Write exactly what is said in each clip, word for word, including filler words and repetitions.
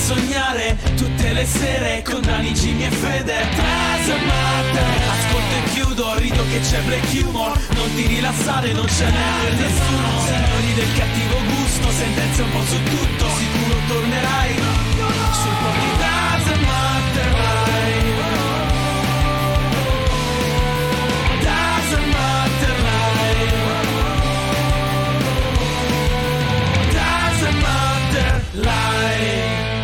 sognare tutte le sere con Dani, Jimmy e Fede. Doesn't matter. Ascolto e chiudo, rido che c'è black humor. Non ti rilassare, non ce n'è per nessuno. Signori del cattivo gusto, sentenze un po' su tutto. Sicuro tornerai sul pochi. Doesn't matter. Doesn't matter life. Doesn't matter life.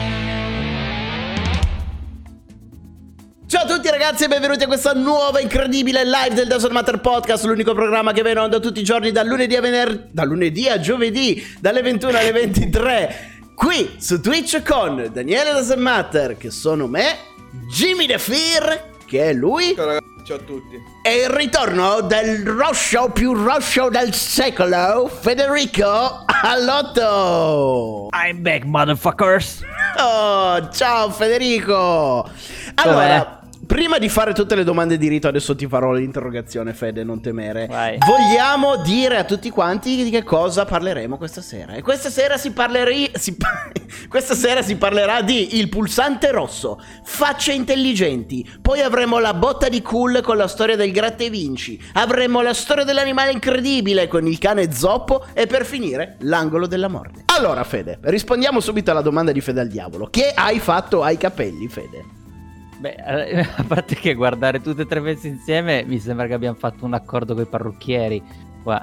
Ciao a tutti ragazzi e benvenuti a questa nuova incredibile live del Doesn't Matter Podcast, l'unico programma che viene onda tutti i giorni dal lunedì a venerdì, da lunedì a giovedì, dalle ventuno alle ventitré, qui su Twitch con Daniele Doesn't Matter, che sono me, Jimmy The Fear, che è lui. Ciao ragazzi, ciao a tutti. E il ritorno del roscio più roscio del secolo, Federico Allotto. I'm back, motherfuckers. Oh, ciao Federico. Allora, prima di fare tutte le domande di rito, adesso ti farò l'interrogazione, Fede, non temere. Vai. Vogliamo dire a tutti quanti di che cosa parleremo questa sera. E questa sera si parlerà si pa- questa sera si parlerà di il pulsante rosso, facce intelligenti. Poi avremo la botta di cool con la storia del gratta e vinci. Avremo la storia dell'animale incredibile con il cane zoppo. E per finire, l'angolo della morte. Allora, Fede, rispondiamo subito alla domanda di Fede al diavolo. Che hai fatto ai capelli, Fede? Beh, a parte che guardare tutte e tre pezzi insieme, mi sembra che abbiamo fatto un accordo con i parrucchieri. Qua.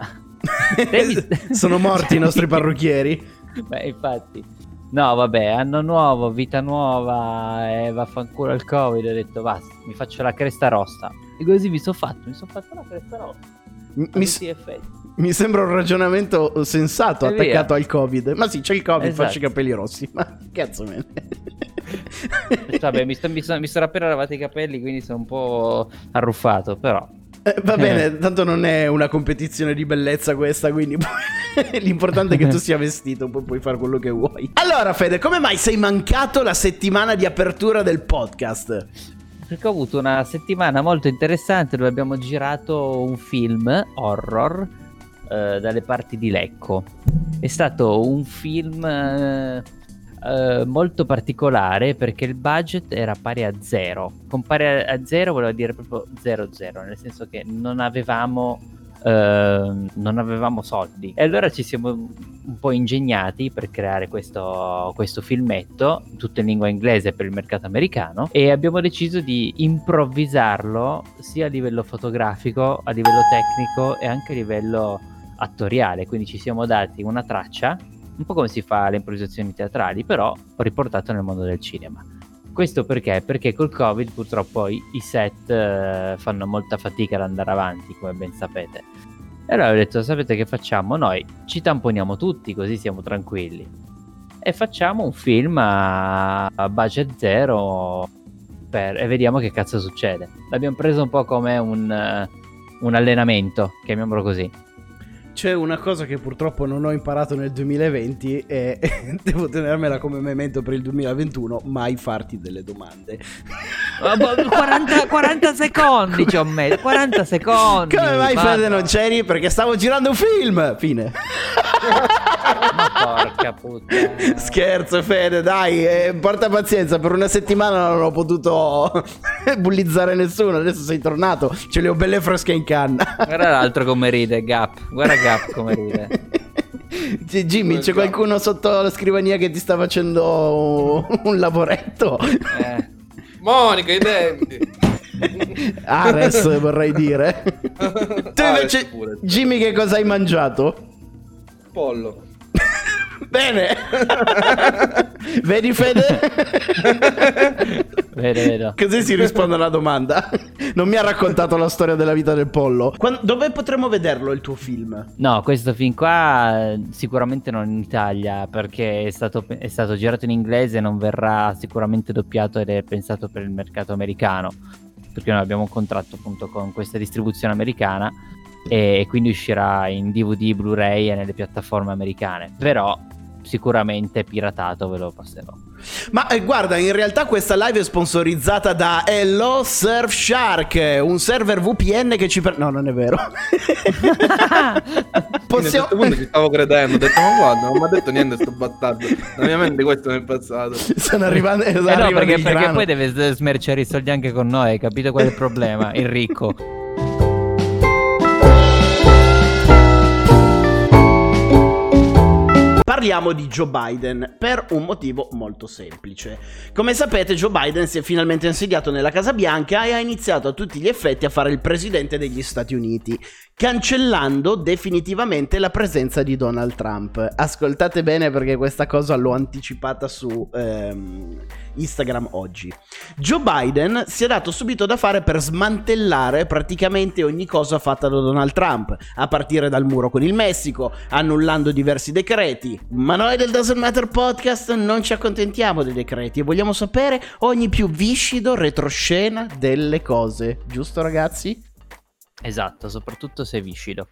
Sono morti i nostri parrucchieri? Beh, infatti. No, vabbè, anno nuovo, vita nuova, e vaffanculo il Covid. Ho detto, basta, mi faccio la cresta rossa. E così mi sono fatto, mi sono fatto la cresta rossa. Mi, mi, mi sembra un ragionamento sensato, È attaccato via. al Covid. Ma sì, c'è il Covid, Esatto. faccio i capelli rossi. Ma cazzo me ne... Vabbè, mi, sto, mi, sono, mi sono appena lavato i capelli, quindi sono un po' arruffato, però. Eh, va bene, tanto non è una competizione di bellezza questa, quindi l'importante è che tu sia vestito, poi puoi fare quello che vuoi. Allora Fede, come mai sei mancato la settimana di apertura del podcast? Perché ho avuto una settimana molto interessante dove abbiamo girato un film horror eh, dalle parti di Lecco. È stato un film eh, eh, molto particolare perché il budget era pari a zero. Con pari a, a zero voleva dire proprio zero zero, nel senso che non avevamo, eh, non avevamo soldi. E allora ci siamo un po' ingegnati per creare questo, questo filmetto, tutto in lingua inglese per il mercato americano, e abbiamo deciso di improvvisarlo sia a livello fotografico, a livello tecnico e anche a livello attoriale. Quindi ci siamo dati una traccia, un po' come si fa alle improvvisazioni teatrali, però riportato nel mondo del cinema. Questo perché? Perché col Covid purtroppo i, i set eh, fanno molta fatica ad andare avanti, come ben sapete. E allora ho detto, sapete che facciamo? Noi ci tamponiamo tutti, così siamo tranquilli. E facciamo un film a, a budget zero per, e vediamo che cazzo succede. L'abbiamo preso un po' come un, uh, un allenamento, chiamiamolo così. C'è una cosa che purtroppo non ho imparato nel duemilaventi e devo tenermela come memento per il duemilaventuno, mai farti delle domande. quaranta, quaranta secondi ci ho messo, quaranta secondi. Come mai vado. Fede non c'eri? Perché stavo girando un film. Fine. Ma porca puttana. Scherzo Fede, dai, eh, porta pazienza, per una settimana non ho potuto bullizzare nessuno, adesso sei tornato, ce le ho belle fresche in canna. Guarda l'altro come ride, Gap, guarda Gap come ride. G- Jimmy, c'è qualcuno sotto la scrivania che ti sta facendo un lavoretto? Eh. Monica, i denti. Ares vorrei dire. Tu invece, Ares pure. Jimmy, che cosa hai mangiato? Pollo. Bene. Vedi Fede? Vedo, vedo. Così si risponde alla domanda. Non mi ha raccontato la storia della vita del pollo. Quan- dove potremo vederlo il tuo film? No, questo film qua eh, sicuramente non in Italia, perché è stato, è stato girato in inglese, non verrà sicuramente doppiato ed è pensato per il mercato americano, perché noi abbiamo un contratto appunto con questa distribuzione americana e quindi uscirà in D V D, Blu-ray e nelle piattaforme americane. Però sicuramente piratato, ve lo passerò. Ma eh, guarda, in realtà questa live è sponsorizzata da Hello Surfshark, un server V P N che ci per... No, non è vero. Possiamo... A questo punto ci stavo credendo, ho detto ma guarda, non mi ha detto niente sto bastardo. La mia mente questo nel passato. Sono arrivando, eh no, perché, perché poi deve smerciare i soldi anche con noi, capito qual è il problema? Il ricco. Parliamo di Joe Biden per un motivo molto semplice. Come sapete, Joe Biden si è finalmente insediato nella Casa Bianca e ha iniziato a tutti gli effetti a fare il presidente degli Stati Uniti, cancellando definitivamente la presenza di Donald Trump. Ascoltate bene perché questa cosa l'ho anticipata su ehm, Instagram oggi. Joe Biden si è dato subito da fare per smantellare praticamente ogni cosa fatta da Donald Trump, a partire dal muro con il Messico, annullando diversi decreti. Ma noi del Doesn't Matter Podcast non ci accontentiamo dei decreti e vogliamo sapere ogni più viscido retroscena delle cose, giusto ragazzi? Esatto, soprattutto se è viscido.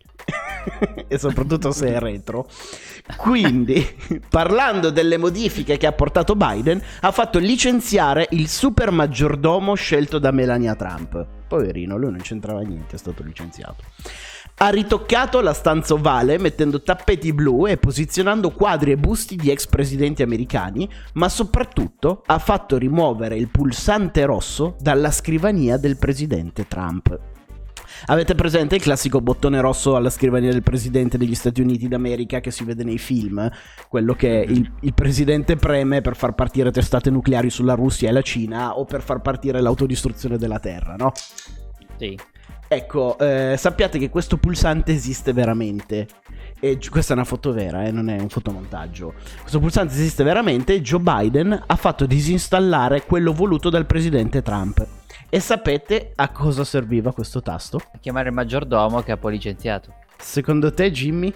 E soprattutto se è retro. Quindi, parlando delle modifiche che ha portato Biden, ha fatto licenziare il super maggiordomo scelto da Melania Trump. Poverino, lui non c'entrava niente, è stato licenziato. Ha ritoccato la stanza ovale mettendo tappeti blu e posizionando quadri e busti di ex presidenti americani, ma soprattutto ha fatto rimuovere il pulsante rosso dalla scrivania del presidente Trump. Avete presente il classico bottone rosso alla scrivania del presidente degli Stati Uniti d'America che si vede nei film? Quello che il, il presidente preme per far partire testate nucleari sulla Russia e la Cina o per far partire l'autodistruzione della Terra, no? Sì. Ecco, eh, sappiate che questo pulsante esiste veramente. E questa è una foto vera, eh, non è un fotomontaggio. Questo pulsante esiste veramente e Joe Biden ha fatto disinstallare quello voluto dal presidente Trump. E sapete a cosa serviva questo tasto? A chiamare il maggiordomo che ha poi licenziato. Secondo te, Jimmy?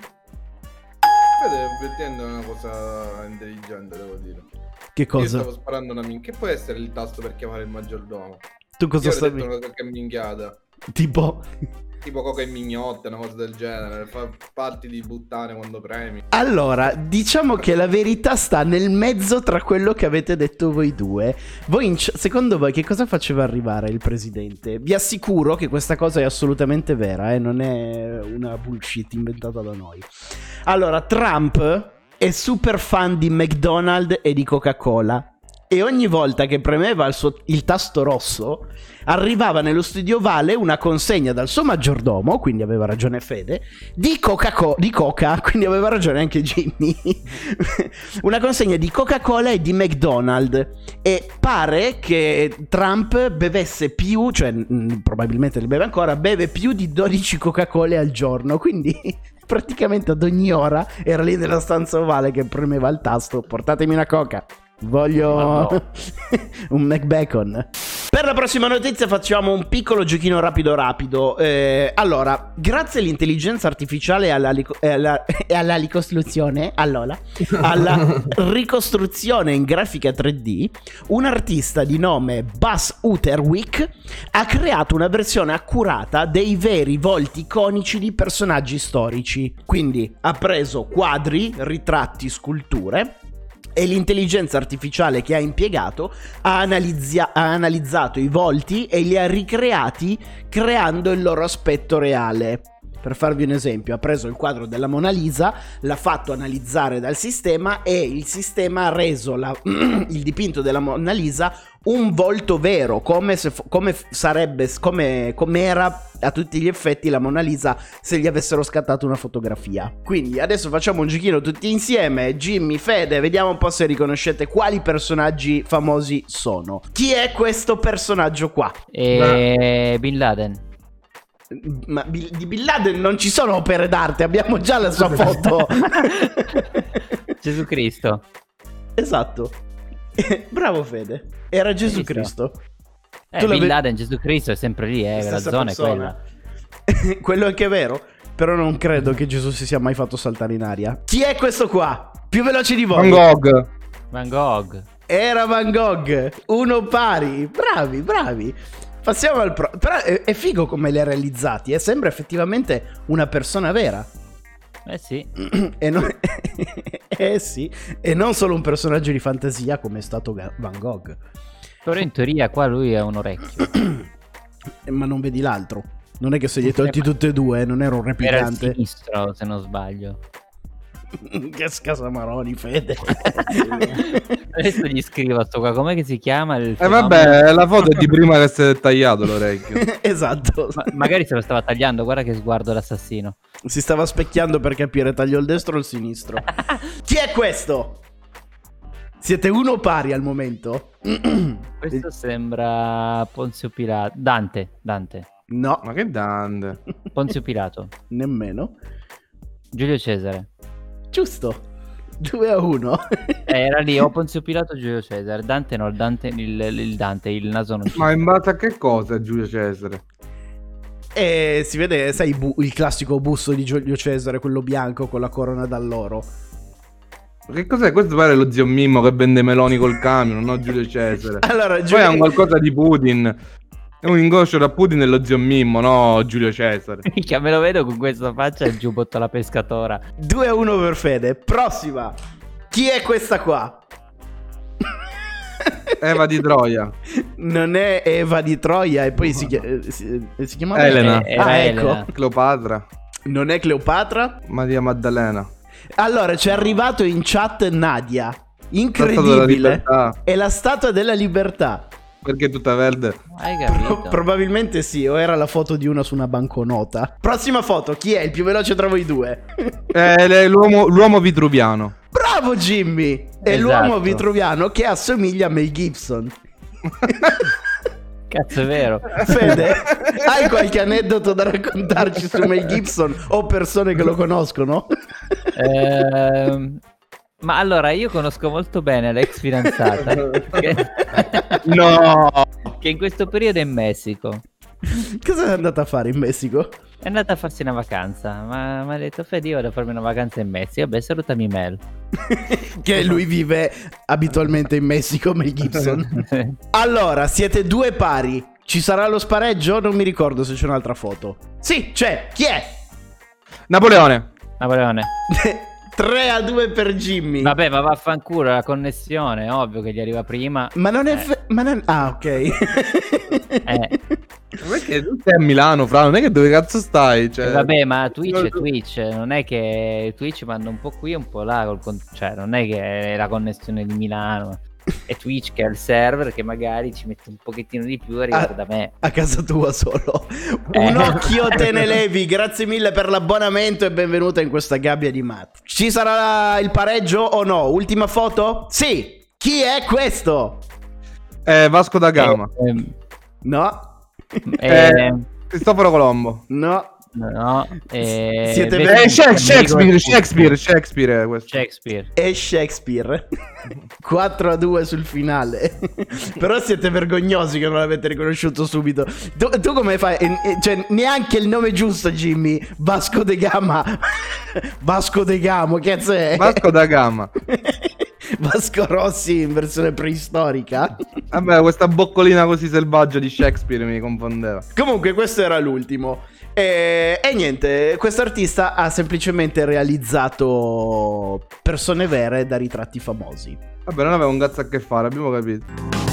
Vede, effettivamente è una cosa intelligente, devo dire. Che cosa? Io stavo sparando una minchia. Che può essere il tasto per chiamare il maggiordomo? Tu cosa Io stavi? Io ho detto una cosa minchiata. Tipo... Tipo coca e mignotte, una cosa del genere. Fa parti di buttane quando premi. Allora, diciamo che la verità sta nel mezzo tra quello che avete detto voi due. Voi, in... secondo voi, che cosa faceva arrivare il presidente? Vi assicuro che questa cosa è assolutamente vera, eh? Non è una bullshit inventata da noi. Allora, Trump è super fan di McDonald's e di Coca-Cola. E ogni volta che premeva il, suo, il tasto rosso, arrivava nello studio ovale una consegna dal suo maggiordomo, quindi aveva ragione Fede, di Coca-Cola, di Coca, quindi aveva ragione anche Jimmy. Una consegna di Coca-Cola e di McDonald's. E pare che Trump bevesse più, cioè mh, probabilmente ne beve ancora, beve più di dodici Coca-Cola al giorno, quindi... praticamente ad ogni ora era lì nella stanza ovale che premeva il tasto, portatemi una Coca. Voglio no. un McBacon. Per la prossima notizia facciamo un piccolo giochino rapido rapido. Eh, allora, grazie all'intelligenza artificiale e alla, e alla, e alla ricostruzione, allora, alla ricostruzione in grafica tre D, un artista di nome Buzz Uterwick ha creato una versione accurata dei veri volti iconici di personaggi storici. Quindi ha preso quadri, ritratti, sculture. E l'intelligenza artificiale che ha impiegato ha, analizia- ha analizzato i volti e li ha ricreati creando il loro aspetto reale. Per farvi un esempio, ha preso il quadro della Mona Lisa, l'ha fatto analizzare dal sistema e il sistema ha reso la, il dipinto della Mona Lisa un volto vero, come, se, come sarebbe, come, come era a tutti gli effetti la Mona Lisa se gli avessero scattato una fotografia. Quindi adesso facciamo un giochino tutti insieme. Jimmy, Fede, vediamo un po' se riconoscete quali personaggi famosi sono. Chi è questo personaggio qua? E... Bin Laden. Ma di Bin Laden non ci sono opere d'arte, abbiamo già la sua foto. Gesù Cristo. Esatto. Bravo Fede. Era Gesù Cristo. Eh, tu Bin l'avevi... Laden, Gesù Cristo è sempre lì, eh, la zona persona. È quella. Quello è anche vero. Però non credo che Gesù si sia mai fatto saltare in aria. Chi è questo qua? Più veloce di voi. Van Gogh. Van Gogh. Era Van Gogh. Uno pari. Bravi, bravi. Passiamo al pro. Però è, è figo come li ha realizzati. Eh? Sembra effettivamente una persona vera. Eh sì. e, non... eh sì, e non solo un personaggio di fantasia come è stato Van Gogh. Però in teoria qua lui ha un orecchio. Ma non vedi l'altro. Non è che se li hai tolti tutti e due, non era un replicante. Era il sinistro, se non sbaglio. Che scasamaroni, Fede. Adesso gli scrivo a sto qua, com'è che si chiama il E eh fenomeno? vabbè, la foto è di prima che si è tagliato l'orecchio. Esatto. Ma- magari se lo stava tagliando, guarda che sguardo l'assassino. Si stava specchiando per capire taglio il destro o il sinistro. Chi è questo? Siete uno pari al momento? Questo sembra Ponzio Pilato. Dante, Dante. No, Ma che dande. Ponzio Pilato. nemmeno. Giulio Cesare. Giusto. due a uno. Eh, era lì o Ponzio Pilato o Giulio Cesare. Dante no, il Dante, il, il Dante, il naso non c'è. Ma in base a che cosa Giulio Cesare? E si vede, sai, bu- il classico busto di Giulio Cesare, quello bianco con la corona d'alloro. Che cos'è? Questo pare lo zio Mimmo che vende meloni col camion, no Giulio Cesare. Allora, Poi Giulio... è un qualcosa di Putin. È un ingoscio da Putin e lo zio Mimmo, no Giulio Cesare. Che me lo vedo con questa faccia e il giubbotto alla pescatora. due a uno per Fede. Prossima. Chi è questa qua? Eva di Troia. Non è Eva di Troia e poi si, chia- eh, si, eh, si chiamava Elena. Eh, era Ah, Elena. ecco. Cleopatra. Non è Cleopatra? Maria Maddalena. Allora, ci è arrivato in chat Nadia. La Statua della Incredibile. Libertà. È la Statua della Libertà. Perché è tutta verde? Hai capito? Pro- probabilmente sì, o era la foto di una su una banconota. Prossima foto, chi è? Il più veloce tra voi due. È le- l'uomo, l'uomo vitruviano. Bravo Jimmy! È Esatto. l'uomo vitruviano che assomiglia a Mel Gibson. Cazzo, è vero. Fede, hai qualche aneddoto da raccontarci su Mel Gibson o persone che lo conoscono? Ehm, ma allora, io conosco molto bene l'ex fidanzata che, No! che in questo periodo è in Messico. Cosa è andata a fare in Messico? È andata a farsi una vacanza, ma mi ha detto Fede, io vado a farmi una vacanza in Messico. Vabbè, salutami Mel. Che lui vive abitualmente in Messico, Mel Gibson. Allora, siete due pari. Ci sarà lo spareggio? Non mi ricordo se c'è un'altra foto. Sì, c'è. Chi è? Napoleone. Napoleone. tre a due per Jimmy. Vabbè, ma vaffanculo, la connessione, ovvio che gli arriva prima. Ma non è... Eh. fe- ma non... Ah, ok. Eh. Ma perché tu sei a Milano, Fra? Non è che dove cazzo stai? Cioè... Vabbè, ma Twitch è Twitch, non è che Twitch manda un po' qui e un po' là, col con- cioè non è che è la connessione di Milano, è Twitch che ha il server che magari ci mette un pochettino di più e arriva Ah. da me. A casa tua solo. Eh. Un occhio te ne levi. Grazie mille per l'abbonamento e benvenuta in questa gabbia di Matt. Ci sarà il pareggio o no? Ultima foto? Sì. Chi è questo? Eh, Vasco da Gama. Eh, No. eh, Eh, Cristoforo Colombo. No. no, eh, Siete vedi- veri- Eh, Shak- Shakespeare, amico- Shakespeare, Shakespeare è questo. Shakespeare. È Shakespeare. quattro a due sul finale. Però siete vergognosi che non l'avete riconosciuto subito. Tu, tu come fai? E- e- cioè, neanche il nome giusto, Jimmy. Vasco de Gama. Vasco de Gamo, che cazzo è? Vasco da Gama. Vasco Rossi in versione preistorica. Vabbè, questa boccolina così selvaggia di Shakespeare mi confondeva. Comunque questo era l'ultimo. E, e niente, questo artista ha semplicemente realizzato persone vere da ritratti famosi. Vabbè, non aveva un cazzo a che fare, abbiamo capito.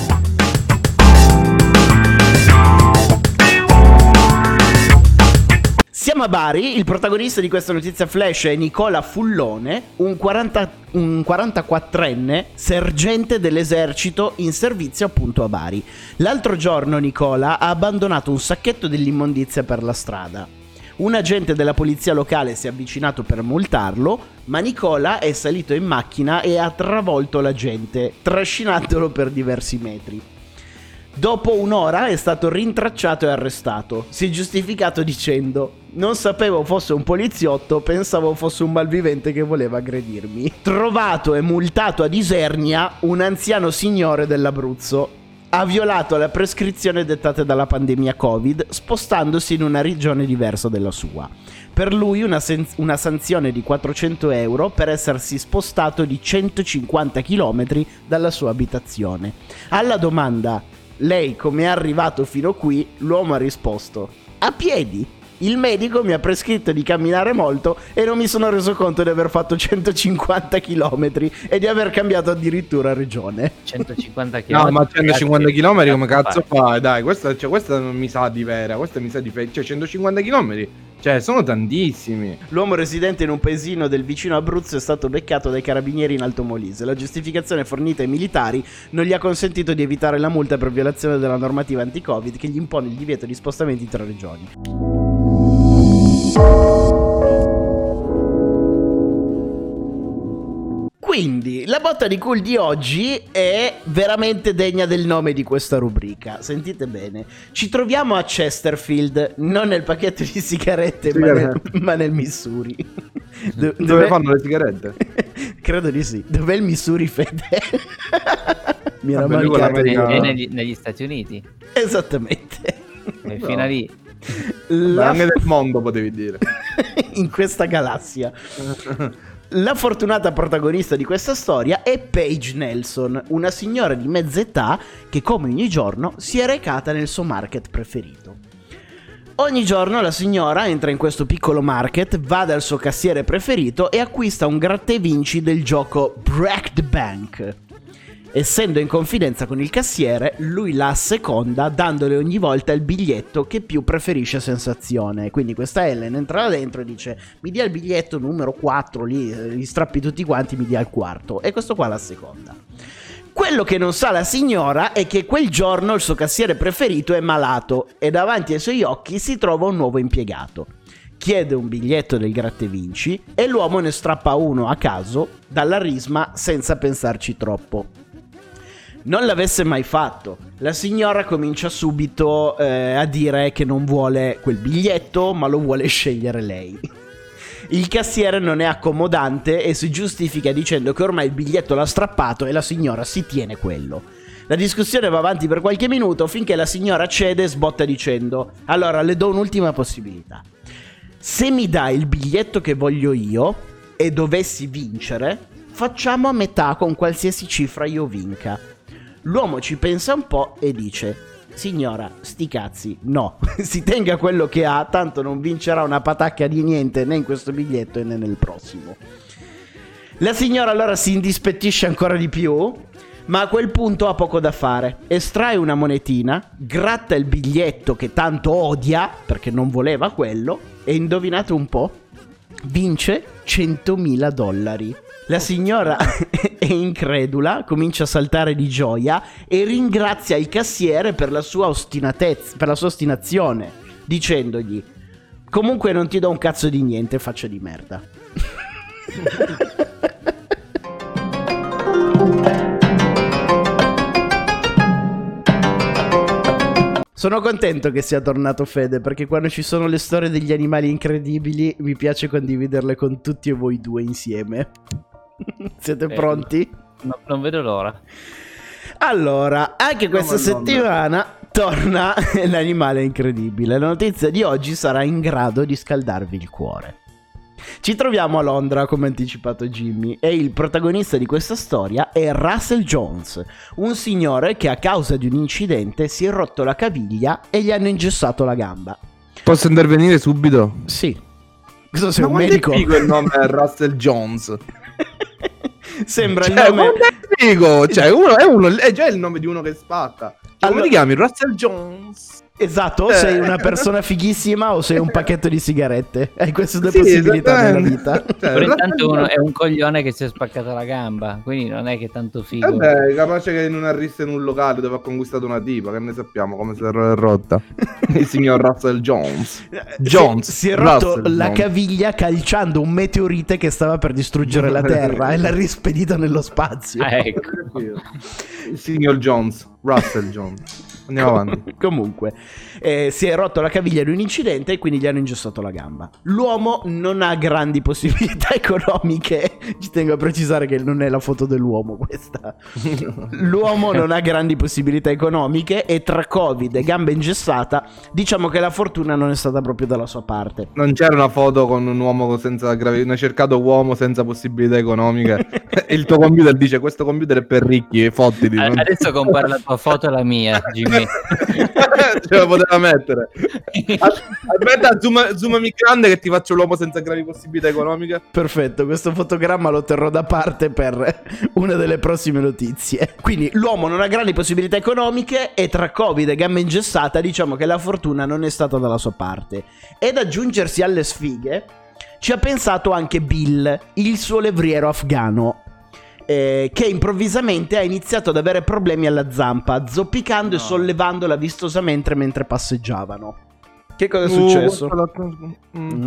Siamo a Bari, il protagonista di questa notizia flash è Nicola Fullone, un, quaranta, un quarantaquattrenne sergente dell'esercito in servizio appunto a Bari. L'altro giorno Nicola ha abbandonato un sacchetto dell'immondizia per la strada. Un agente della polizia locale si è avvicinato per multarlo, ma Nicola è salito in macchina e ha travolto l'agente, trascinandolo per diversi metri. Dopo un'ora è stato rintracciato e arrestato. Si è giustificato dicendo: non sapevo fosse un poliziotto, pensavo fosse un malvivente che voleva aggredirmi. Trovato e multato ad Isernia, un anziano signore dell'Abruzzo ha violato la prescrizione dettata dalla pandemia Covid, spostandosi in una regione diversa dalla sua. Per lui una, sen- una sanzione di quattrocento euro per essersi spostato di centocinquanta chilometri dalla sua abitazione. Alla domanda: lei come è arrivato fino qui? L'uomo ha risposto: a piedi. Il medico mi ha prescritto di camminare molto e non mi sono reso conto di aver fatto centocinquanta chilometri e di aver cambiato addirittura regione. centocinquanta No, chilometri. ma centocinquanta chilometri come cazzo fai? fai? Dai, questa, cioè, questa non mi sa di vera, questa mi sa di fake. Cioè, centocinquanta chilometri, cioè, sono tantissimi. L'uomo residente in un paesino del vicino Abruzzo è stato beccato dai carabinieri in Alto Molise. La giustificazione fornita ai militari non gli ha consentito di evitare la multa per violazione della normativa anti-Covid che gli impone il divieto di spostamenti tra regioni. Quindi, la botta di cool di oggi è veramente degna del nome di questa rubrica. Sentite bene. Ci troviamo a Chesterfield, non nel pacchetto di sigarette, ma nel, ma nel Missouri. Do- Dove dov'è- fanno le sigarette? Credo di sì. Dov'è il Missouri, Fede? Mi era Vabbè, lui con mancato. l'America- È negli, negli Stati Uniti. Esattamente. E No. fino a lì. Ma La- anche del mondo potevi dire. in questa galassia. La fortunata protagonista di questa storia è Paige Nelson, una signora di mezza età che come ogni giorno si è recata nel suo market preferito. Ogni giorno la signora entra in questo piccolo market, va dal suo cassiere preferito e acquista un gratta e vinci del gioco Break the Bank. Essendo in confidenza con il cassiere, lui la asseconda dandole ogni volta il biglietto che più preferisce sensazione. Quindi questa Ellen entra là dentro e dice: mi dia il biglietto numero quattro, lì eh, li strappi tutti quanti, mi dia il quarto. E questo qua la asseconda. Quello che non sa la signora è che quel giorno il suo cassiere preferito è malato e davanti ai suoi occhi si trova un nuovo impiegato. Chiede un biglietto del gratta e vinci e l'uomo ne strappa uno a caso dalla risma senza pensarci troppo. Non l'avesse mai fatto, la signora comincia subito eh, a dire che non vuole quel biglietto, ma lo vuole scegliere lei. Il cassiere non è accomodante e si giustifica dicendo che ormai il biglietto l'ha strappato e la signora si tiene quello. La discussione va avanti per qualche minuto finché la signora cede e sbotta dicendo: allora le do un'ultima possibilità. Se mi dai il biglietto che voglio io e dovessi vincere, facciamo a metà con qualsiasi cifra io vinca. L'uomo ci pensa un po' e dice: signora, sti cazzi, no, si tenga quello che ha, tanto non vincerà una patacca di niente né in questo biglietto né nel prossimo. La signora allora si indispettisce ancora di più, ma a quel punto ha poco da fare. Estrae una monetina, gratta il biglietto che tanto odia, perché non voleva quello, e indovinate un po', vince centomila dollari. La signora è incredula, comincia a saltare di gioia e ringrazia il cassiere per la sua ostinatezza, per la sua ostinazione, dicendogli: comunque non ti do un cazzo di niente, faccia di merda. Sono contento che sia tornato Fede, perché quando ci sono le storie degli animali incredibili mi piace condividerle con tutti e voi due insieme. Siete Bello. pronti? No, non vedo l'ora. Allora, anche questa Madonna. settimana torna l'animale incredibile. La notizia di oggi sarà in grado di scaldarvi il cuore. Ci troviamo a Londra, come anticipato Jimmy, e il protagonista di questa storia è Russell Jones, un signore che a causa di un incidente si è rotto la caviglia e gli hanno ingessato la gamba. Posso intervenire subito? Sì. Cosa sei Ma un quanto medico? è figo il nome è Russell Jones. Sembra il Cioè, nome... quanto è figo. Cioè, uno è, uno, è già il nome di uno che spacca. Cioè, Allora- come ti chiami? Russell Jones. Esatto, o Eh. sei una persona fighissima o sei un pacchetto di sigarette. Hai queste due Sì, possibilità nella esattamente. vita. Cioè, Però Russell intanto uno Jones- è un coglione che si è spaccato la gamba, quindi non è che è tanto figo. Vabbè, capace che non arrissa in un locale dove ha conquistato una tipa, che ne sappiamo come si è rotta. Il signor Russell Jones. Jones. si, si è rotto Russell la Jones. caviglia calciando un meteorite che stava per distruggere la Terra e l'ha rispedito nello spazio. Ah, ecco. Il signor Jones. Russell Jones. Andiamo avanti. Comunque, eh, si è rotto la caviglia in un incidente e quindi gli hanno ingessato la gamba. L'uomo non ha grandi possibilità economiche. Ci tengo a precisare che non è la foto dell'uomo questa. L'uomo non ha grandi possibilità economiche e tra Covid e gamba ingessata, diciamo che la fortuna non è stata proprio dalla sua parte. Non c'era una foto con un uomo senza gravità. Hai cercato uomo senza possibilità economiche. E il tuo computer dice: questo computer è per ricchi, fottiti. non- Adesso compare la tua foto e la mia, Jimmy. Jimmy. Ce la poteva mettere. Aspetta, zoom, zoomami grande che ti faccio l'uomo senza gravi possibilità economiche. Perfetto, questo fotogramma lo terrò da parte per una delle prossime notizie. Quindi l'uomo non ha grandi possibilità economiche e tra Covid e gamba ingessata diciamo che la fortuna non è stata dalla sua parte. Ed aggiungersi alle sfighe ci ha pensato anche Bill, il suo levriero afghano, eh, che improvvisamente ha iniziato ad avere problemi alla zampa, zoppicando no. e sollevandola vistosamente mentre passeggiavano. Che cosa è successo? Uh, mm.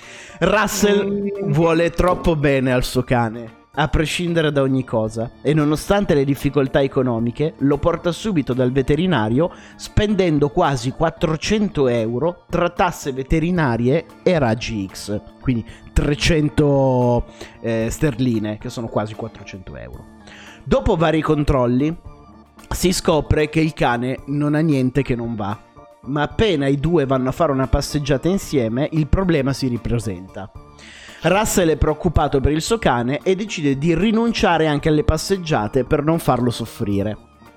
Russell vuole troppo bene al suo cane, a prescindere da ogni cosa, e nonostante le difficoltà economiche lo porta subito dal veterinario spendendo quasi quattrocento euro tra tasse veterinarie e raggi X, quindi trecento eh, sterline, che sono quasi quattrocento euro. Dopo vari controlli si scopre che il cane non ha niente che non va, ma appena i due vanno a fare una passeggiata insieme il problema si ripresenta. Russell è preoccupato per il suo cane e decide di rinunciare anche alle passeggiate per non farlo soffrire.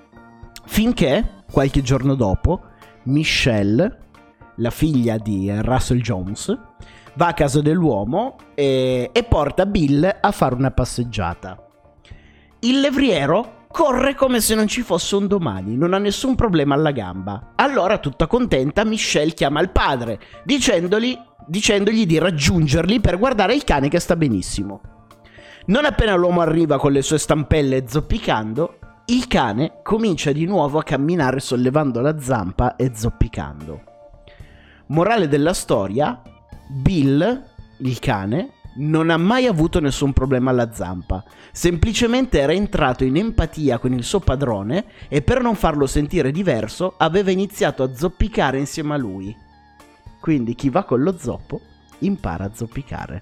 Finché, qualche giorno dopo, Michelle, la figlia di Russell Jones, va a casa dell'uomo e, e porta Bill a fare una passeggiata. Il levriero corre come se non ci fosse un domani, non ha nessun problema alla gamba. Allora, tutta contenta, Michelle chiama il padre, dicendogli, dicendogli di raggiungerli per guardare il cane che sta benissimo. Non appena l'uomo arriva con le sue stampelle zoppicando, il cane comincia di nuovo a camminare sollevando la zampa e zoppicando. Morale della storia: Bill, il cane, non ha mai avuto nessun problema alla zampa, semplicemente era entrato in empatia con il suo padrone e per non farlo sentire diverso aveva iniziato a zoppicare insieme a lui. Quindi chi va con lo zoppo impara a zoppicare.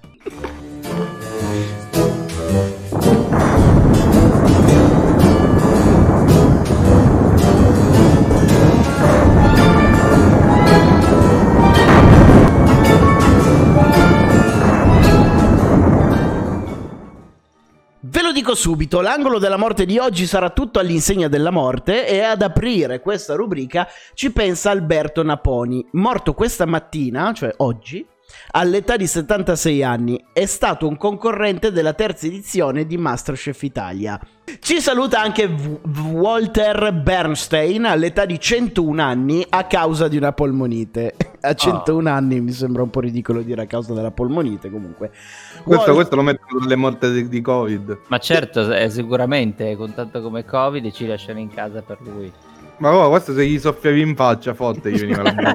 Ve lo dico subito, l'angolo della morte di oggi sarà tutto all'insegna della morte e ad aprire questa rubrica ci pensa Alberto Naponi, morto questa mattina, cioè oggi, all'età di settantasei anni. È stato un concorrente della terza edizione di MasterChef Italia. Ci saluta anche v- Walter Bernstein all'età di centouno anni a causa di una polmonite. A centouno oh. anni mi sembra un po' ridicolo dire a causa della polmonite, comunque. Questo, Wal- questo lo mettono dalle morte di, di Covid. Ma certo, è sicuramente con tanto come Covid ci lasciano in casa per lui. Ma oh, questo se gli soffiavi in faccia forte gli veniva la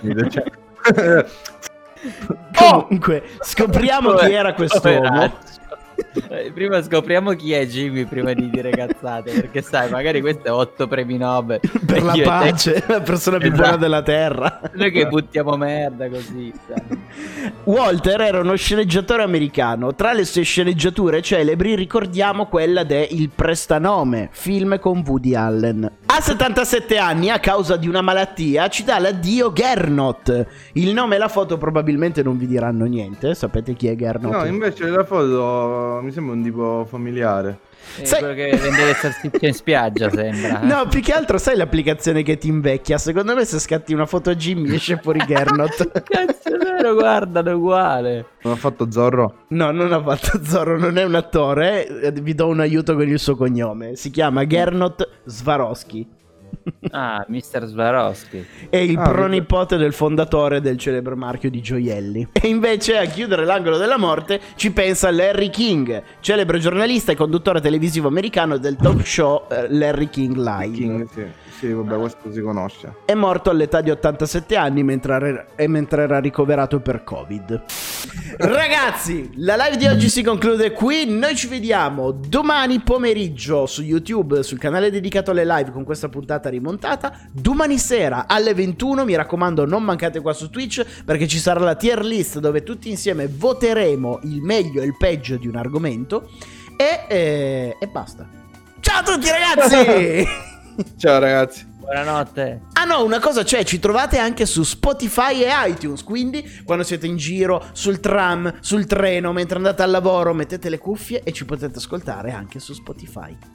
cioè. Comunque, scopriamo chi era quest'uomo. Prima scopriamo chi è Jimmy prima di dire cazzate, perché sai, magari questo è otto premi Nobel per la pace, la persona più esatto. buona della terra. Noi che buttiamo merda così, sai. Walter era uno sceneggiatore americano. Tra le sue sceneggiature celebri ricordiamo quella de Il Prestanome, film con Woody Allen. A settantasette anni, a causa di una malattia, ci dà l'addio Gernot. Il nome e la foto probabilmente non vi diranno niente. Sapete chi è Gernot? No, invece la foto mi sembra un tipo familiare. Eh, sai... quello che vende le salsicce in spiaggia sembra eh? No, più che altro sai l'applicazione che ti invecchia. Secondo me se scatti una foto a Jimmy esce fuori Gernot. Cazzo è vero, guardano uguale. Non ha fatto Zorro? No, non ha fatto Zorro, non è un attore. eh, Vi do un aiuto con il suo cognome. Si chiama Gernot Swarovski. Ah, mister Swarovski. È il ah, pronipote del fondatore del celebre marchio di gioielli. E invece a chiudere l'angolo della morte ci pensa Larry King, celebre giornalista e conduttore televisivo americano del talk show uh, Larry King Live. King, sì. Sì, vabbè, questo si conosce. È morto all'età di ottantasette anni mentre era, e mentre era ricoverato per Covid. Ragazzi, la live di oggi si conclude qui. Noi ci vediamo domani pomeriggio su YouTube, sul canale dedicato alle live con questa puntata rimontata. Domani sera alle ventuno, mi raccomando non mancate qua su Twitch, perché ci sarà la tier list dove tutti insieme voteremo il meglio e il peggio di un argomento. E, e, e basta. Ciao a tutti ragazzi. Ciao ragazzi. Buonanotte. Ah no, una cosa c'è, ci trovate anche su Spotify e iTunes, quindi quando siete in giro, sul tram, sul treno, mentre andate al lavoro, mettete le cuffie e ci potete ascoltare anche su Spotify.